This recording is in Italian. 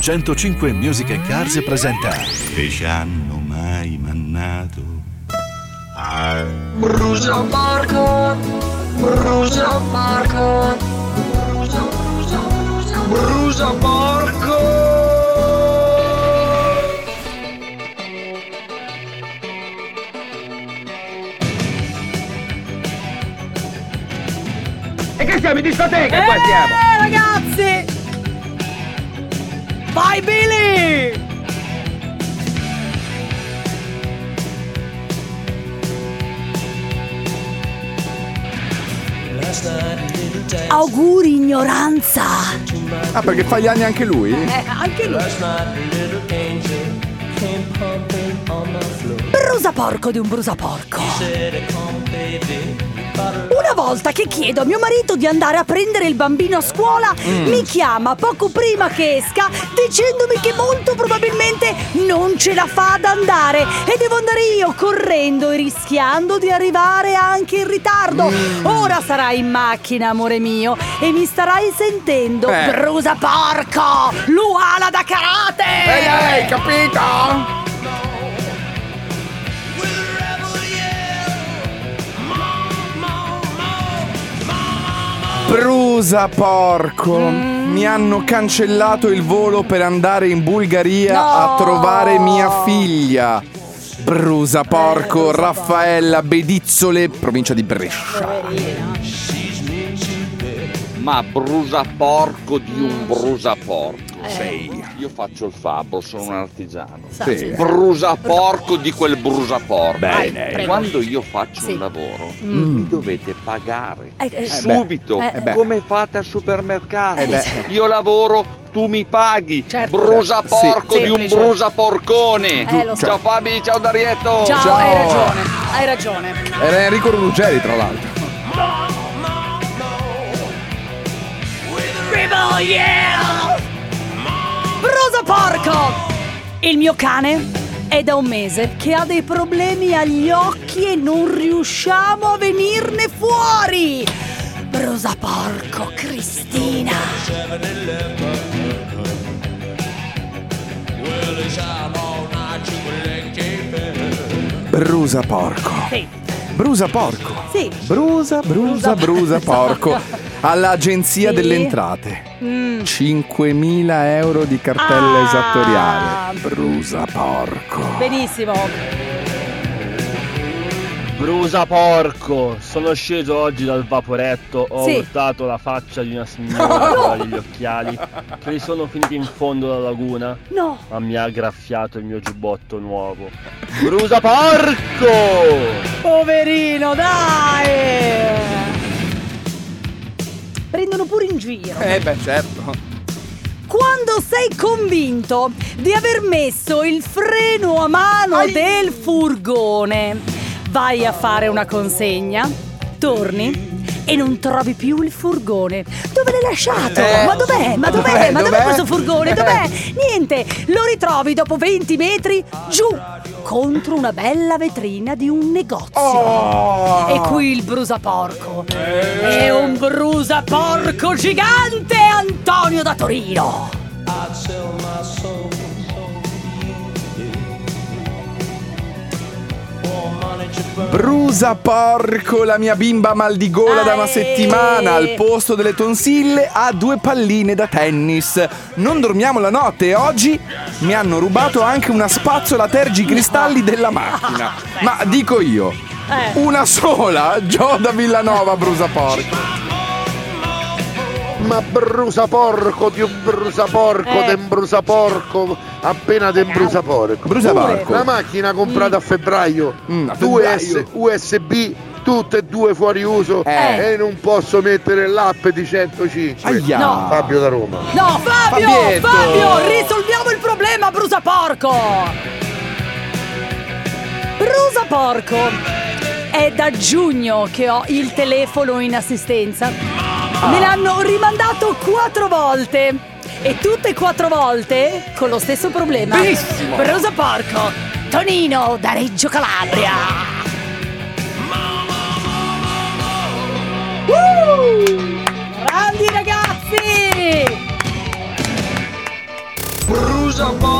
105 Music & Cars presenta Che ci hanno mai mannato Brusa Porco, Brusa Porco, Brusa Porco. E che siamo in discoteca qua stiamo? Ragazzi! Vai Billy! Auguri ignoranza! Ah, perché fa gli anni anche lui? Anche lui! Brusaporco di un brusaporco! Una volta che chiedo a mio marito di andare a prendere il bambino a scuola, mi chiama poco prima che esca dicendomi che molto probabilmente non ce la fa ad andare e devo andare io correndo e rischiando di arrivare anche in ritardo. Ora sarai in macchina, amore mio, e mi starai sentendo. Brusaporco! Luana da karate! Ehi, capito? Brusaporco, mi hanno cancellato il volo per andare in Bulgaria a trovare mia figlia. Brusaporco, Raffaella Bedizzole, provincia di Brescia. Ma brusaporco di un brusaporco. Sei. Io faccio il fabbro, sono un artigiano. Sì. Brusaporco di quel brusaporco. Bene. Prego. Quando io faccio un lavoro, mi dovete pagare subito, beh. come fate al supermercato. beh. Io lavoro, tu mi paghi. Certo. Brusaporco Sì. di un Semplice. brusaporcone. Lo so. Ciao Fabi, ciao Darietto. Ciao, Ciao. hai ragione. Era Enrico Ruggeri, tra l'altro. Brusaporco! Il mio cane è da un mese che ha dei problemi agli occhi e non riusciamo a venirne fuori! Brusaporco, Cristina! Brusaporco. Sì, Brusaporco. sì. Brusa porco. All'Agenzia Sì. delle Entrate. 5.000 euro di cartella esattoriale. Brusaporco. Benissimo. Brusaporco, sono sceso oggi dal vaporetto, ho Sì. urtato la faccia di una signora che aveva gli occhiali che gli sono finiti in fondo alla laguna, No. ma mi ha graffiato il mio giubbotto nuovo. Brusaporco! Poverino, dai! Prendono pure in giro. Beh, certo. Quando sei convinto di aver messo il freno a mano del furgone, vai a fare una consegna, torni e non trovi più il furgone. Dove l'hai lasciato? Ma dov'è? Ma dov'è? Ma dov'è questo furgone? Dov'è? Niente, lo ritrovi dopo 20 metri giù, contro una bella vetrina di un negozio. E qui il brusaporco è un brusaporco gigante, Antonio da Torino. Brusaporco, la mia bimba mal di gola da una settimana. Al posto delle tonsille ha 2 palline da tennis. Non dormiamo la notte e oggi mi hanno rubato anche una spazzola tergicristalli della macchina. Ma dico io, una sola? Gio da Villanova, Brusaporco. Ma brusaporco di un brusaporco, de un brusaporco, appena de un brusaporco. Brusaporco. La macchina comprata a febbraio, A 2 febbraio. USB, tutte e 2 fuori uso e non posso mettere l'app di 105. Aia. No. Fabio da Roma. No, Fabio! Fabietto! Fabio, risolviamo il problema, brusaporco! Brusaporco! È da giugno che ho il telefono in assistenza. Me l'hanno rimandato 4 volte. E tutte e 4 volte con lo stesso problema. Benissimo. Brusaporco! Tonino da Reggio Calabria! Grandi ragazzi! brucia porco.